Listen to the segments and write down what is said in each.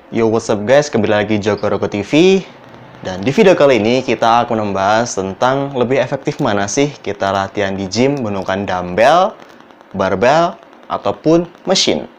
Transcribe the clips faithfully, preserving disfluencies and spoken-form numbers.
Yo, what's up guys, kembali lagi Joko Roko T V. Dan di video kali ini kita akan membahas tentang lebih efektif mana sih kita latihan di gym menggunakan dumbbell, barbell, ataupun mesin.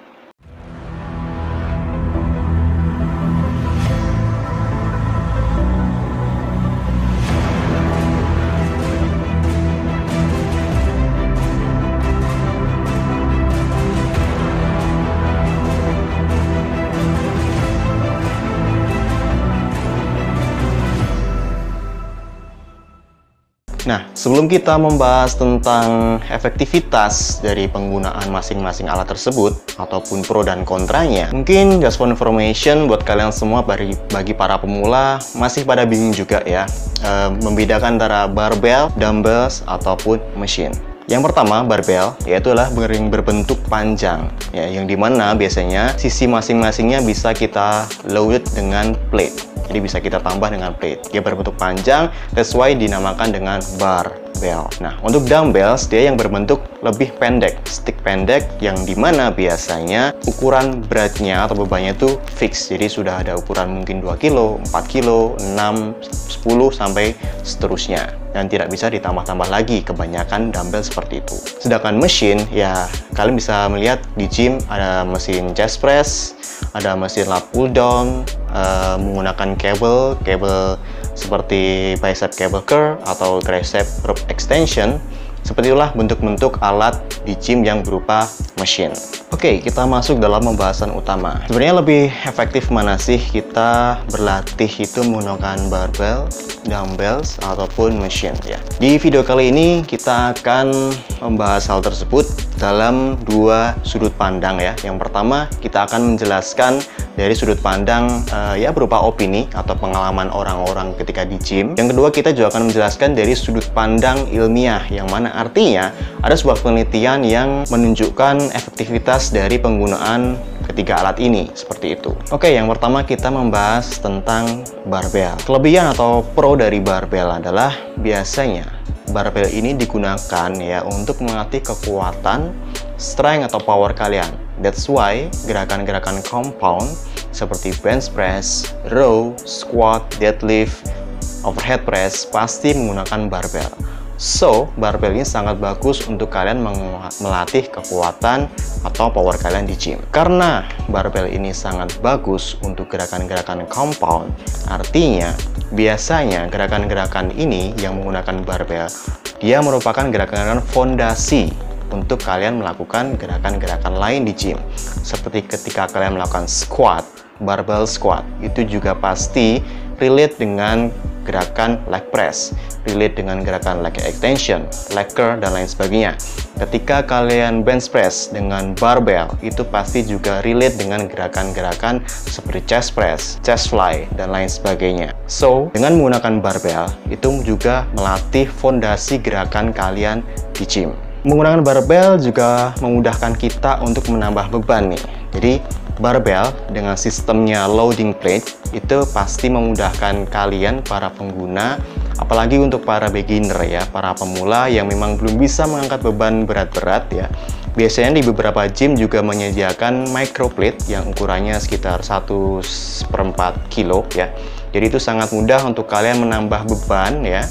Nah, sebelum kita membahas tentang efektivitas dari penggunaan masing-masing alat tersebut ataupun pro dan kontranya, mungkin just for information buat kalian semua, bagi, bagi para pemula masih pada bingung juga ya e, membedakan antara barbell, dumbbells ataupun mesin. Yang pertama, barbell, yaitu adalah ring berbentuk panjang, ya, yang dimana biasanya sisi masing-masingnya bisa kita load dengan plate. Jadi bisa kita tambah dengan plate. Dia berbentuk panjang, that's why dinamakan dengan barbell. Nah, untuk dumbbells, dia yang berbentuk lebih pendek, stick pendek, yang dimana biasanya ukuran beratnya atau bebannya itu fix. Jadi sudah ada ukuran mungkin dua kilo, empat kilo, enam, sepuluh, sampai seterusnya. Dan tidak bisa ditambah-tambah lagi, kebanyakan dumbbell seperti itu. Sedangkan mesin, ya kalian bisa melihat di gym ada mesin chest press, ada mesin lat pull down, uh, menggunakan kabel, kabel seperti bicep cable curl atau tricep rope extension. Seperti itulah bentuk-bentuk alat di gym yang berupa mesin. Oke, kita masuk dalam pembahasan utama. Sebenarnya lebih efektif mana sih kita berlatih itu menggunakan barbell, dumbbells, ataupun mesin ya. Di video kali ini kita akan membahas hal tersebut dalam dua sudut pandang ya. Yang pertama, kita akan menjelaskan dari sudut pandang uh, ya berupa opini atau pengalaman orang-orang ketika di gym. Yang kedua, kita juga akan menjelaskan dari sudut pandang ilmiah, yang mana artinya ada sebuah penelitian yang menunjukkan efektivitas dari penggunaan ketiga alat ini, seperti itu. Oke, yang pertama kita membahas tentang barbell. Kelebihan atau pro dari barbell adalah biasanya barbell ini digunakan ya untuk melatih kekuatan, strength atau power kalian. That's why gerakan-gerakan compound seperti bench press, row, squat, deadlift, overhead press pasti menggunakan barbell. So, barbell ini sangat bagus untuk kalian melatih kekuatan atau power kalian di gym. Karena barbell ini sangat bagus untuk gerakan-gerakan compound, artinya biasanya gerakan-gerakan ini yang menggunakan barbell, dia merupakan gerakan-gerakan fondasi untuk kalian melakukan gerakan-gerakan lain di gym. Seperti ketika kalian melakukan squat, barbell squat, itu juga pasti relate dengan gerakan leg press, relate dengan gerakan leg extension, leg curl, dan lain sebagainya. Ketika kalian bench press dengan barbell, itu pasti juga relate dengan gerakan-gerakan seperti chest press, chest fly, dan lain sebagainya. So, dengan menggunakan barbell, itu juga melatih fondasi gerakan kalian di gym. Menggunakan barbell juga memudahkan kita untuk menambah beban nih. Jadi, barbell dengan sistemnya loading plate itu pasti memudahkan kalian para pengguna, apalagi untuk para beginner ya, para pemula yang memang belum bisa mengangkat beban berat-berat ya. Biasanya di beberapa gym juga menyediakan microplate yang ukurannya sekitar satu per empat kilo ya. Jadi itu sangat mudah untuk kalian menambah beban ya.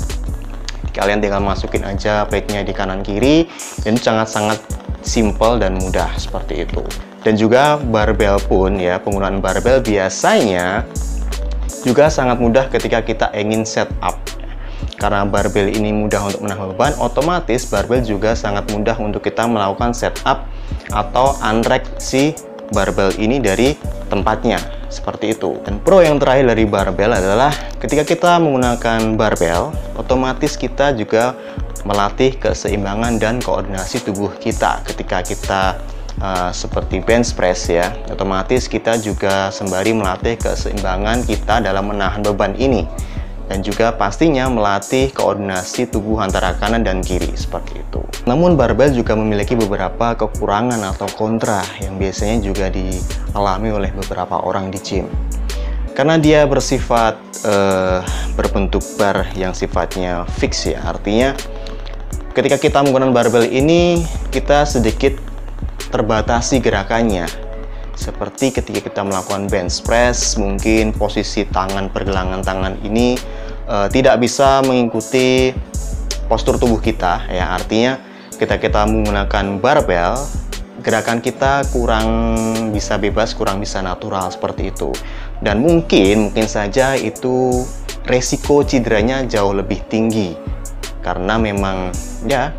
Kalian tinggal masukin aja plate-nya di kanan kiri, dan sangat-sangat simple dan mudah seperti itu. Dan juga barbell pun ya, penggunaan barbell biasanya juga sangat mudah ketika kita ingin setup. Karena barbell ini mudah untuk menambah beban, otomatis barbell juga sangat mudah untuk kita melakukan setup atau unrack si barbell ini dari tempatnya, seperti itu. Dan pro yang terakhir dari barbell adalah ketika kita menggunakan barbell, otomatis kita juga melatih keseimbangan dan koordinasi tubuh kita. Ketika kita Uh, seperti bench press ya, otomatis kita juga sembari melatih keseimbangan kita dalam menahan beban ini, dan juga pastinya melatih koordinasi tubuh antara kanan dan kiri, seperti itu. Namun barbell juga memiliki beberapa kekurangan atau kontra yang biasanya juga dialami oleh beberapa orang di gym. Karena dia bersifat uh, berbentuk bar yang sifatnya fix ya, artinya ketika kita menggunakan barbell ini kita sedikit terbatasi gerakannya, Seperti ketika kita melakukan bench press, mungkin posisi tangan, pergelangan tangan ini uh, tidak bisa mengikuti postur tubuh kita, ya. Artinya ketika kita menggunakan barbel, gerakan kita kurang bisa bebas, kurang bisa natural seperti itu. Dan mungkin, mungkin saja itu resiko cederanya jauh lebih tinggi karena memang ya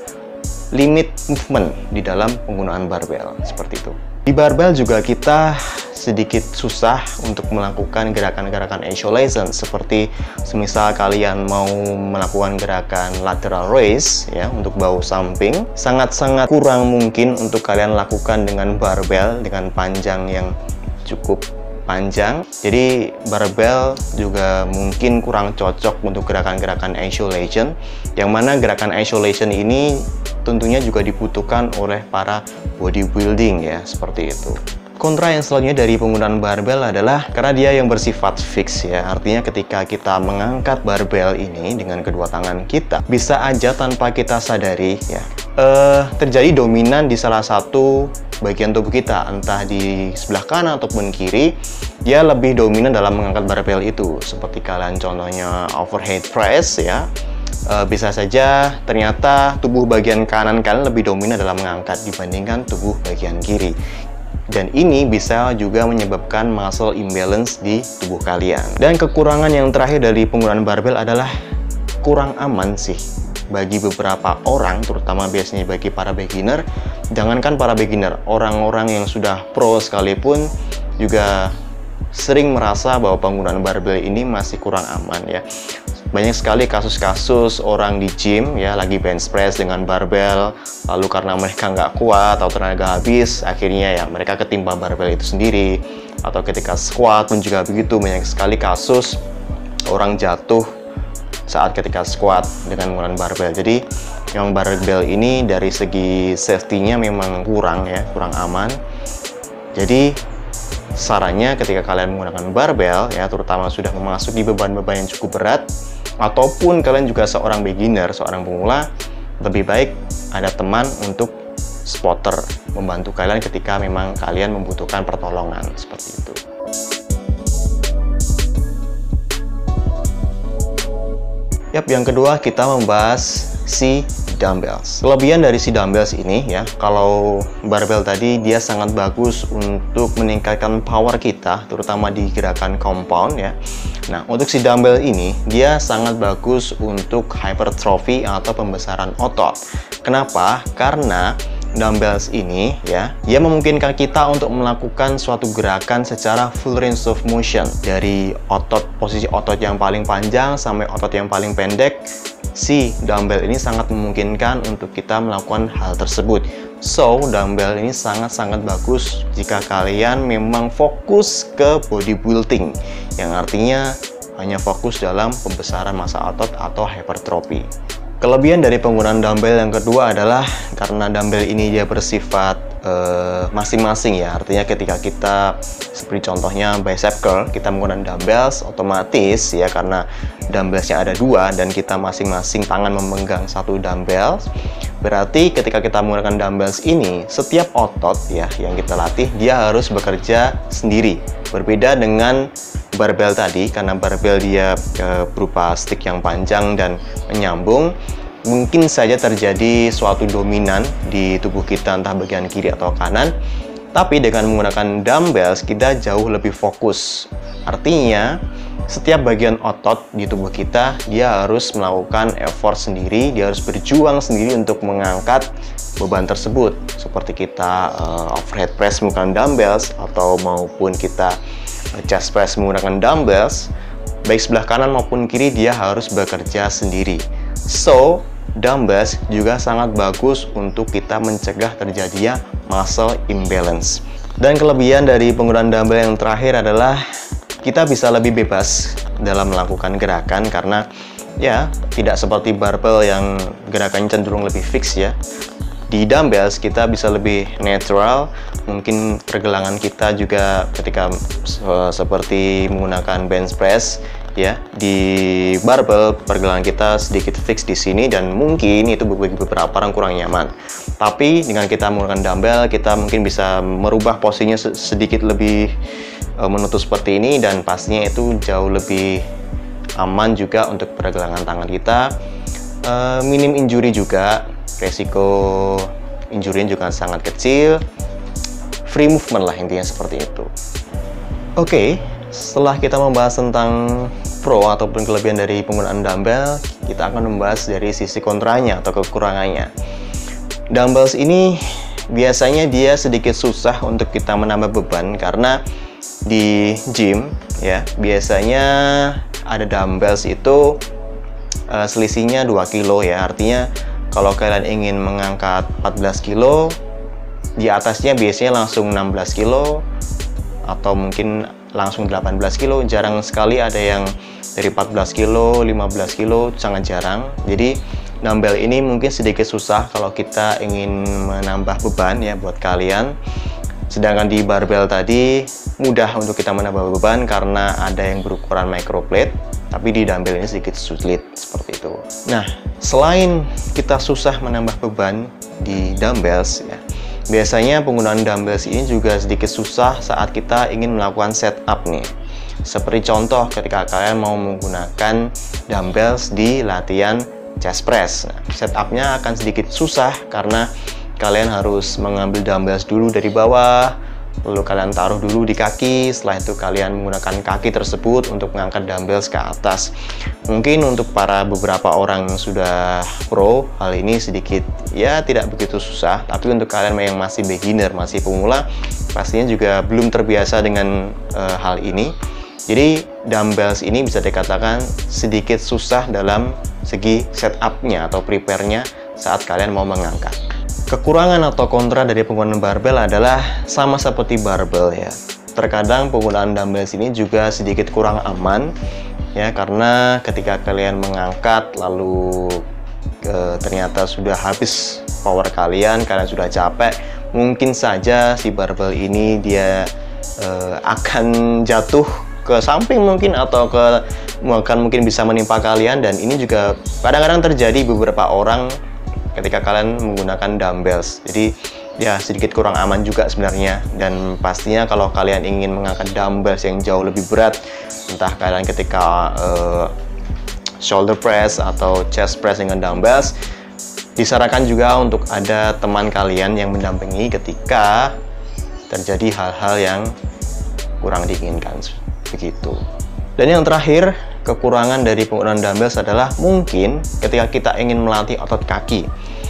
limit movement di dalam penggunaan barbel seperti itu. Di barbel juga kita sedikit susah untuk melakukan gerakan-gerakan isolation, seperti semisal kalian mau melakukan gerakan lateral raise ya untuk bahu samping, sangat-sangat kurang mungkin untuk kalian lakukan dengan barbel dengan panjang yang cukup panjang. Jadi barbel juga mungkin kurang cocok untuk gerakan-gerakan isolation, yang mana gerakan isolation ini tentunya juga dibutuhkan oleh para bodybuilding ya, seperti itu. Kontra yang selanjutnya dari penggunaan barbel adalah karena dia yang bersifat fix ya. Artinya ketika kita mengangkat barbel ini dengan kedua tangan kita, bisa aja tanpa kita sadari ya, uh, terjadi dominan di salah satu bagian tubuh kita, entah di sebelah kanan ataupun kiri, dia lebih dominan dalam mengangkat barbel itu. Seperti kalian contohnya overhead press ya, e, bisa saja ternyata tubuh bagian kanan kalian lebih dominan dalam mengangkat dibandingkan tubuh bagian kiri. Dan ini bisa juga menyebabkan muscle imbalance di tubuh kalian. Dan kekurangan yang terakhir dari penggunaan barbel adalah kurang aman sih bagi beberapa orang, terutama biasanya bagi para beginner. Jangankan para beginner, orang-orang yang sudah pro sekalipun juga sering merasa bahwa penggunaan barbel ini masih kurang aman ya. Banyak sekali kasus-kasus orang di gym ya lagi bench press dengan barbel, lalu karena mereka nggak kuat atau tenaga habis, akhirnya ya mereka ketimpa barbel itu sendiri. Atau ketika squat pun juga begitu, banyak sekali kasus orang jatuh saat ketika squat dengan menggunakan barbel. Jadi yang barbel ini dari segi safety-nya memang kurang ya, kurang aman. Jadi sarannya ketika kalian menggunakan barbel ya, terutama sudah memasuki beban-beban yang cukup berat, ataupun kalian juga seorang beginner, seorang pemula, lebih baik ada teman untuk spotter membantu kalian ketika memang kalian membutuhkan pertolongan seperti itu. Yap, yang kedua kita membahas si dumbbells. Kelebihan dari si dumbbells ini ya, kalau barbel tadi dia sangat bagus untuk meningkatkan power kita, terutama di gerakan compound ya. Nah, untuk si dumbbell ini dia sangat bagus untuk hypertrophy atau pembesaran otot. Kenapa? Karena dumbbells ini ya, dia memungkinkan kita untuk melakukan suatu gerakan secara full range of motion, dari otot, posisi otot yang paling panjang sampai otot yang paling pendek. Si dumbbell ini sangat memungkinkan untuk kita melakukan hal tersebut. So, dumbbell ini sangat-sangat bagus jika kalian memang fokus ke bodybuilding, yang artinya hanya fokus dalam pembesaran massa otot atau hypertrophy. Kelebihan dari penggunaan dumbbell yang kedua adalah karena dumbbell ini dia bersifat masing-masing uh, ya. Artinya ketika kita seperti contohnya bicep curl, kita menggunakan dumbbells, otomatis ya, karena dumbbellsnya ada dua dan kita masing-masing tangan memegang satu dumbbell, berarti ketika kita menggunakan dumbbells ini, setiap otot ya yang kita latih dia harus bekerja sendiri. Berbeda dengan barbel tadi, karena barbel dia e, berupa stick yang panjang dan menyambung, mungkin saja terjadi suatu dominan di tubuh kita, entah bagian kiri atau kanan. Tapi dengan menggunakan dumbbells kita jauh lebih fokus. Artinya setiap bagian otot di tubuh kita dia harus melakukan effort sendiri, dia harus berjuang sendiri untuk mengangkat beban tersebut. Seperti kita uh, overhead press menggunakan dumbbells, atau maupun kita chest press menggunakan dumbbells, baik sebelah kanan maupun kiri dia harus bekerja sendiri. So, dumbbells juga sangat bagus untuk kita mencegah terjadinya muscle imbalance. Dan kelebihan dari penggunaan dumbbell yang terakhir adalah kita bisa lebih bebas dalam melakukan gerakan, karena ya tidak seperti barbell yang gerakannya cenderung lebih fix ya. Di dumbbells kita bisa lebih natural, mungkin pergelangan kita juga ketika uh, seperti menggunakan bench press ya di barbel, pergelangan kita sedikit fix di sini dan mungkin itu bagi beberapa orang kurang nyaman. Tapi dengan kita menggunakan dumbbell, kita mungkin bisa merubah posisinya sedikit lebih uh, menutup seperti ini, dan pastinya itu jauh lebih aman juga untuk pergelangan tangan kita. Uh, minim injury juga, resiko injury juga sangat kecil. Free movement lah intinya seperti itu. Oke, okay, setelah kita membahas tentang pro ataupun kelebihan dari penggunaan dumbbell, kita akan membahas dari sisi kontranya atau kekurangannya. Dumbbells ini biasanya dia sedikit susah untuk kita menambah beban karena di gym ya biasanya ada dumbbells itu uh, selisihnya dua kilo ya. Artinya kalau kalian ingin mengangkat empat belas kilo, di atasnya biasanya langsung enam belas kilo atau mungkin langsung delapan belas kilo. Jarang sekali ada yang dari empat belas kilo, lima belas kilo, sangat jarang. Jadi dumbbell ini mungkin sedikit susah kalau kita ingin menambah beban ya buat kalian. Sedangkan di barbell tadi mudah untuk kita menambah beban karena ada yang berukuran microplate, tapi di dumbbell ini sedikit sulit seperti itu. Nah, selain kita susah menambah beban di dumbbells ya, biasanya penggunaan dumbbells ini juga sedikit susah saat kita ingin melakukan setup nih. Seperti contoh ketika kalian mau menggunakan dumbbells di latihan chest press. Nah, setupnya akan sedikit susah karena kalian harus mengambil dumbbells dulu dari bawah, lalu kalian taruh dulu di kaki. Setelah itu kalian menggunakan kaki tersebut untuk mengangkat dumbbells ke atas. Mungkin untuk para beberapa orang yang sudah pro, hal ini sedikit ya tidak begitu susah. Tapi untuk kalian yang masih beginner, masih pemula, pastinya juga belum terbiasa dengan uh, hal ini. Jadi dumbbells ini bisa dikatakan sedikit susah dalam segi setupnya atau prepare-nya saat kalian mau mengangkat. Kekurangan atau kontra dari penggunaan barbell adalah sama seperti barbell ya. Terkadang penggunaan dumbbells ini juga sedikit kurang aman ya, karena ketika kalian mengangkat lalu e, ternyata sudah habis power kalian, kalian sudah capek, mungkin saja si barbell ini dia e, akan jatuh ke samping mungkin atau ke bahkan mungkin bisa menimpa kalian. Dan ini juga kadang-kadang terjadi beberapa orang ketika kalian menggunakan dumbbells. Jadi ya sedikit kurang aman juga sebenarnya. Dan pastinya kalau kalian ingin mengangkat dumbbells yang jauh lebih berat, entah kalian ketika uh, shoulder press atau chest press dengan dumbbells, disarankan juga untuk ada teman kalian yang mendampingi ketika terjadi hal-hal yang kurang diinginkan begitu. Dan yang terakhir, kekurangan dari penggunaan dumbbells adalah mungkin ketika kita ingin melatih otot kaki.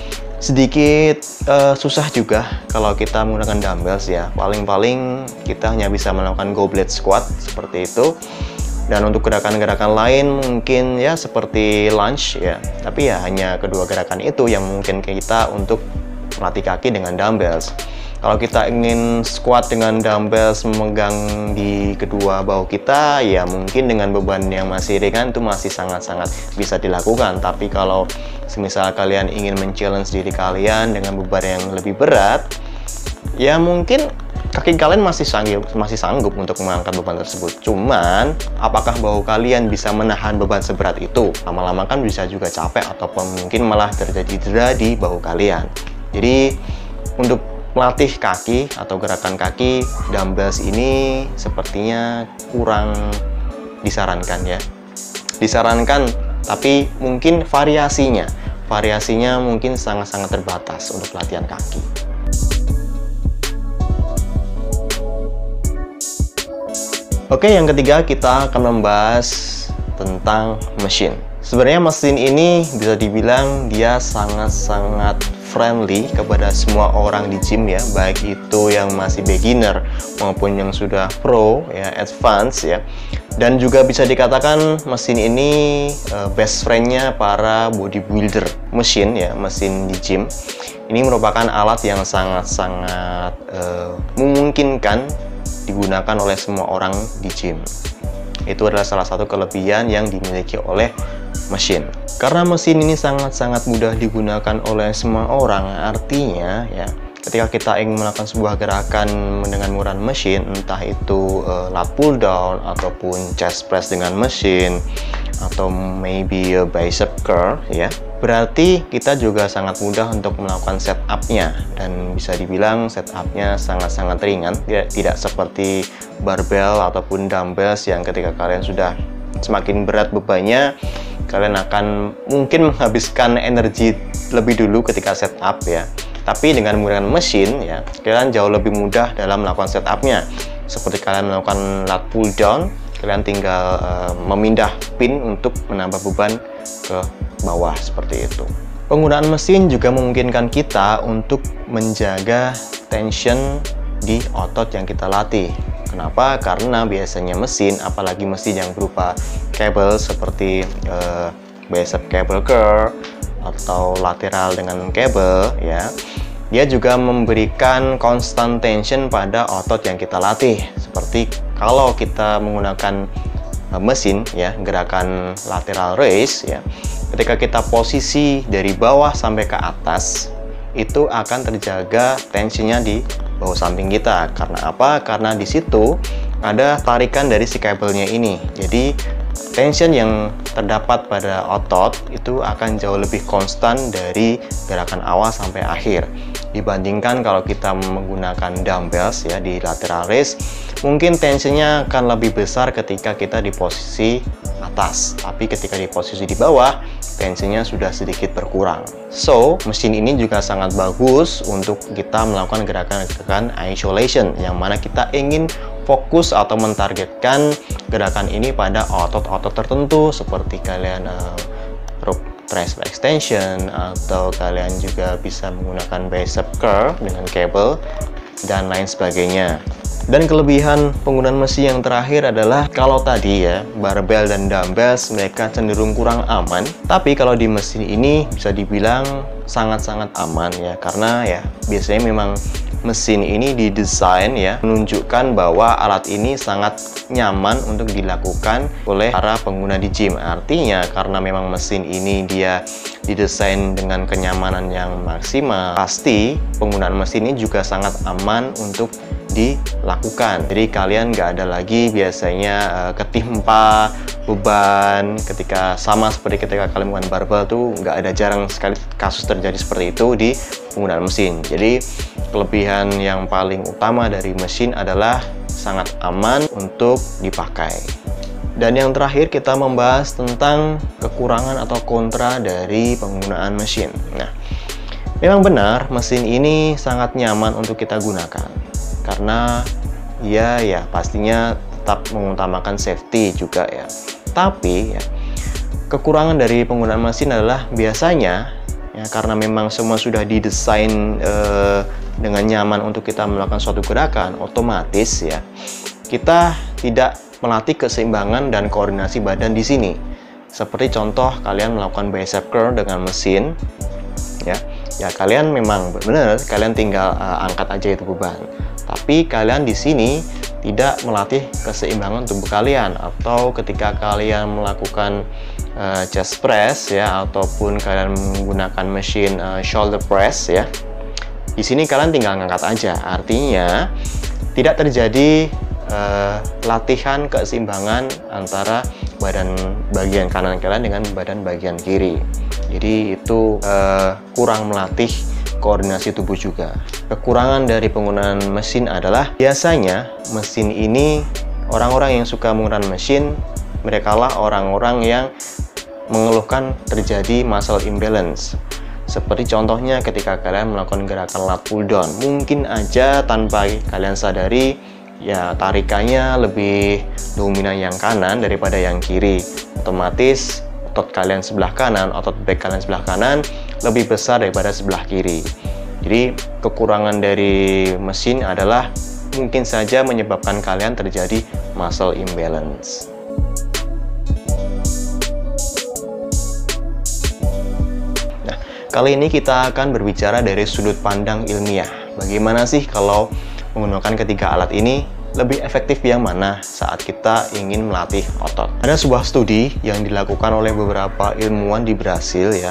Sedikit uh, susah juga kalau kita menggunakan dumbbells ya. Paling-paling kita hanya bisa melakukan goblet squat seperti itu. Dan untuk gerakan-gerakan lain mungkin ya seperti lunge ya. Tapi ya hanya kedua gerakan itu yang mungkin kita untuk melatih kaki dengan dumbbells. Kalau kita ingin squat dengan dumbbells memegang di kedua bahu kita, ya mungkin dengan beban yang masih ringan itu masih sangat-sangat bisa dilakukan. Tapi kalau semisal kalian ingin men-challenge diri kalian dengan beban yang lebih berat, ya mungkin kaki kalian masih sanggup, masih sanggup untuk mengangkat beban tersebut. Cuman, apakah bahu kalian bisa menahan beban seberat itu? Lama-lama kan bisa juga capek ataupun mungkin malah terjadi cedera di bahu kalian. Jadi, untuk melatih kaki atau gerakan kaki, dumbbells ini sepertinya kurang disarankan ya. Disarankan, tapi mungkin variasinya, variasinya mungkin sangat-sangat terbatas untuk latihan kaki. Oke, yang ketiga kita akan membahas tentang mesin. Sebenarnya mesin ini bisa dibilang dia sangat-sangat friendly kepada semua orang di gym ya, baik itu yang masih beginner maupun yang sudah pro ya, advance ya. Dan juga bisa dikatakan mesin ini uh, best friend-nya para bodybuilder. Mesin ya, mesin di gym ini merupakan alat yang sangat-sangat uh, memungkinkan digunakan oleh semua orang di gym. Itu adalah salah satu kelebihan yang dimiliki oleh mesin. Karena mesin ini sangat-sangat mudah digunakan oleh semua orang, artinya ya ketika kita ingin melakukan sebuah gerakan dengan menggunakan mesin, entah itu uh, lat pull down ataupun chest press dengan mesin, atau maybe a bicep curl ya, berarti kita juga sangat mudah untuk melakukan setup-nya, dan bisa dibilang setup-nya sangat-sangat ringan, tidak, tidak seperti barbell ataupun dumbbells yang ketika kalian sudah semakin berat bebannya, kalian akan mungkin menghabiskan energi lebih dulu ketika setup ya. Tapi dengan menggunakan mesin ya, kalian jauh lebih mudah dalam melakukan setup-nya. Seperti kalian melakukan lat pull down, kalian tinggal uh, memindah pin untuk menambah beban ke bawah seperti itu. Penggunaan mesin juga memungkinkan kita untuk menjaga tension di otot yang kita latih. Kenapa? Karena biasanya mesin, apalagi mesin yang berupa kabel seperti uh, bicep cable curl atau lateral dengan kabel ya, dia juga memberikan constant tension pada otot yang kita latih. Seperti kalau kita menggunakan uh, mesin ya, gerakan lateral raise ya, ketika kita posisi dari bawah sampai ke atas, itu akan terjaga tensinya di bawah samping kita. Karena apa? Karena di situ ada tarikan dari si kabelnya ini. Jadi tension yang terdapat pada otot itu akan jauh lebih konstan dari gerakan awal sampai akhir, dibandingkan kalau kita menggunakan dumbbells ya di lateral raise. Mungkin tensinya akan lebih besar ketika kita di posisi atas, tapi ketika di posisi di bawah tensinya sudah sedikit berkurang. So, mesin ini juga sangat bagus untuk kita melakukan gerakan-gerakan isolation, yang mana kita ingin fokus atau mentargetkan gerakan ini pada otot-otot tertentu, seperti kalian uh, rope tricep extension, atau kalian juga bisa menggunakan bicep curl dengan kabel dan lain sebagainya. Dan kelebihan penggunaan mesin yang terakhir adalah, kalau tadi ya barbell dan dumbbells mereka cenderung kurang aman, tapi kalau di mesin ini bisa dibilang sangat-sangat aman ya, karena ya biasanya memang mesin ini didesain ya menunjukkan bahwa alat ini sangat nyaman untuk dilakukan oleh para pengguna di gym. Artinya karena memang mesin ini dia didesain dengan kenyamanan yang maksimal, pasti penggunaan mesin ini juga sangat aman untuk dilakukan. Jadi kalian nggak ada lagi biasanya uh, ketimpa beban ketika, sama seperti ketika kalian menggunakan barbell tuh nggak ada, jarang sekali kasus terjadi seperti itu di penggunaan mesin. Jadi kelebihan yang paling utama dari mesin adalah sangat aman untuk dipakai. Dan yang terakhir kita membahas tentang kekurangan atau kontra dari penggunaan mesin. Nah, memang benar mesin ini sangat nyaman untuk kita gunakan, karena ya ya pastinya tetap mengutamakan safety juga ya. Tapi ya, kekurangan dari penggunaan mesin adalah biasanya ya, karena memang semua sudah didesain eh, dengan nyaman untuk kita melakukan suatu gerakan, otomatis ya kita tidak melatih keseimbangan dan koordinasi badan di sini. Seperti contoh kalian melakukan bicep curl dengan mesin ya, ya kalian memang benar kalian tinggal uh, angkat aja itu beban, tapi kalian di sini tidak melatih keseimbangan tubuh kalian. Atau ketika kalian melakukan uh, chest press ya, ataupun kalian menggunakan mesin uh, shoulder press ya, di sini kalian tinggal ngangkat aja. Artinya tidak terjadi uh, latihan keseimbangan antara badan bagian kanan kalian dengan badan bagian kiri. Jadi itu uh, kurang melatih koordinasi tubuh juga. Kekurangan dari penggunaan mesin adalah biasanya mesin ini, orang-orang yang suka menggunakan mesin, merekalah orang-orang yang mengeluhkan terjadi muscle imbalance. Seperti contohnya ketika kalian melakukan gerakan lat pull down, mungkin aja tanpa kalian sadari ya tarikannya lebih dominan yang kanan daripada yang kiri. Otomatis otot kalian sebelah kanan, otot back kalian sebelah kanan lebih besar daripada sebelah kiri. Jadi kekurangan dari mesin adalah mungkin saja menyebabkan kalian terjadi muscle imbalance. Nah, kali ini kita akan berbicara dari sudut pandang ilmiah. Bagaimana sih kalau menggunakan ketiga alat ini? Lebih efektif yang mana saat kita ingin melatih otot? Ada sebuah studi yang dilakukan oleh beberapa ilmuwan di Brasil ya.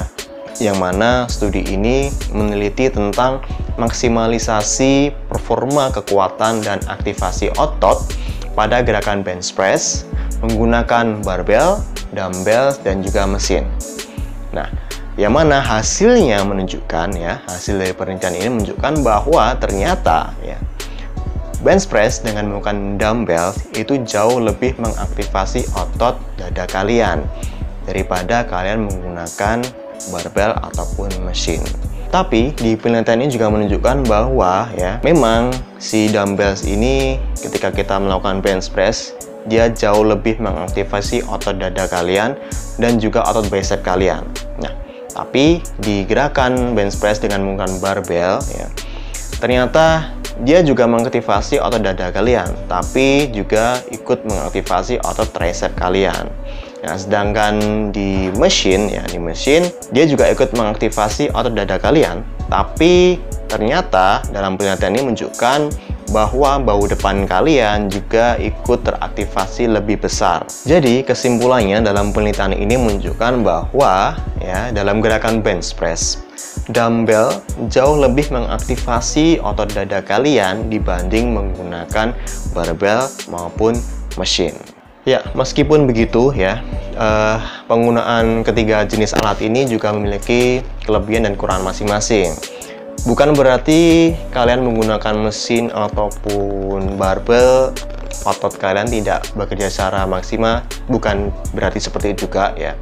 yang mana studi ini meneliti tentang maksimalisasi performa kekuatan dan aktivasi otot pada gerakan bench press menggunakan barbel, dumbbell, dan juga mesin. Nah, yang mana hasilnya menunjukkan ya, hasil dari penelitian ini menunjukkan bahwa ternyata ya, bench press dengan menggunakan dumbbell itu jauh lebih mengaktifasi otot dada kalian daripada kalian menggunakan barbel ataupun mesin. Tapi di penelitian ini juga menunjukkan bahwa ya, memang si dumbbells ini ketika kita melakukan bench press, dia jauh lebih mengaktifasi otot dada kalian dan juga otot bicep kalian. Nah, tapi di gerakan bench press dengan menggunakan barbel ya, ternyata dia juga mengaktifasi otot dada kalian, tapi juga ikut mengaktifasi otot tricep kalian. Nah, sedangkan di mesin ya, di mesin dia juga ikut mengaktifasi otot dada kalian, tapi ternyata dalam penelitian ini menunjukkan bahwa bahu depan kalian juga ikut teraktivasi lebih besar. Jadi kesimpulannya dalam penelitian ini menunjukkan bahwa ya, dalam gerakan bench press, dumbbell jauh lebih mengaktifasi otot dada kalian dibanding menggunakan barbel maupun mesin. Ya, meskipun begitu ya, eh, penggunaan ketiga jenis alat ini juga memiliki kelebihan dan kekurangan masing-masing. Bukan berarti kalian menggunakan mesin ataupun barbel, otot kalian tidak bekerja secara maksimal, bukan berarti seperti itu juga ya.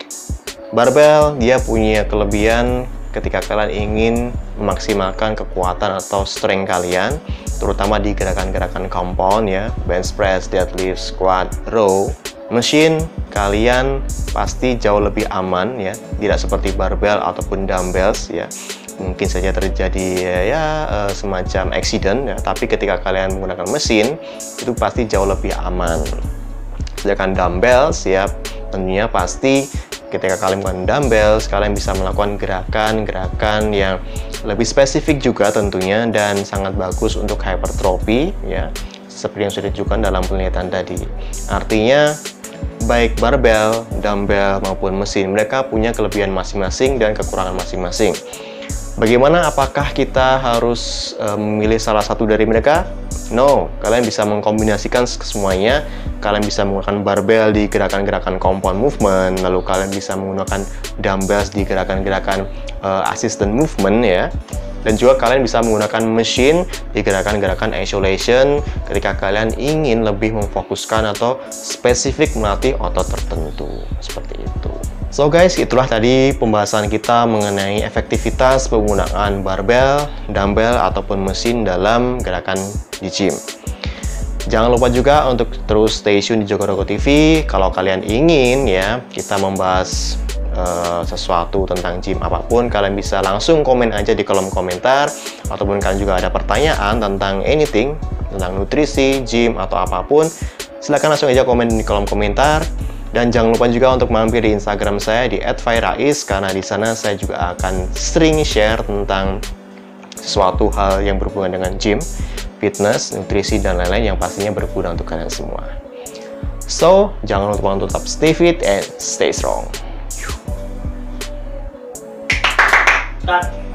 Barbel dia punya kelebihan ketika kalian ingin memaksimalkan kekuatan atau strength kalian, terutama di gerakan-gerakan compound ya, bench press, deadlift, squat, row. Mesin kalian pasti jauh lebih aman ya, tidak seperti barbel ataupun dumbbells ya. Mungkin saja terjadi ya, ya semacam accident ya, tapi ketika kalian menggunakan mesin itu pasti jauh lebih aman. Sedangkan dumbbells ya, tentunya pasti ketika kalian menggunakan dumbbells, kalian bisa melakukan gerakan-gerakan yang lebih spesifik juga tentunya dan sangat bagus untuk hypertrophy ya, seperti yang sudah ditunjukkan dalam penelitian tadi. Artinya baik barbel, dumbbell maupun mesin, mereka punya kelebihan masing-masing dan kekurangan masing-masing. Bagaimana, apakah kita harus uh, memilih salah satu dari mereka? No, kalian bisa mengkombinasikan semuanya. Kalian bisa menggunakan barbel di gerakan-gerakan compound movement, lalu kalian bisa menggunakan dumbbells di gerakan-gerakan uh, assistant movement ya. Dan juga kalian bisa menggunakan mesin di gerakan-gerakan isolation ketika kalian ingin lebih memfokuskan atau spesifik melatih otot tertentu, seperti itu. So guys, itulah tadi pembahasan kita mengenai efektivitas penggunaan barbel, dumbbell, ataupun mesin dalam gerakan di gym. Jangan lupa juga untuk terus stay tune di Joko Roko T V. Kalau kalian ingin ya kita membahas uh, sesuatu tentang gym apapun, kalian bisa langsung komen aja di kolom komentar. Ataupun kalian juga ada pertanyaan tentang anything, tentang nutrisi, gym, atau apapun, silahkan langsung aja komen di kolom komentar. Dan jangan lupa juga untuk mampir di Instagram saya di et fairais, karena di sana saya juga akan sering share tentang sesuatu hal yang berhubungan dengan gym, fitness, nutrisi, dan lain-lain yang pastinya berguna untuk kalian semua. So, jangan lupa untuk tetap stay fit and stay strong. Start.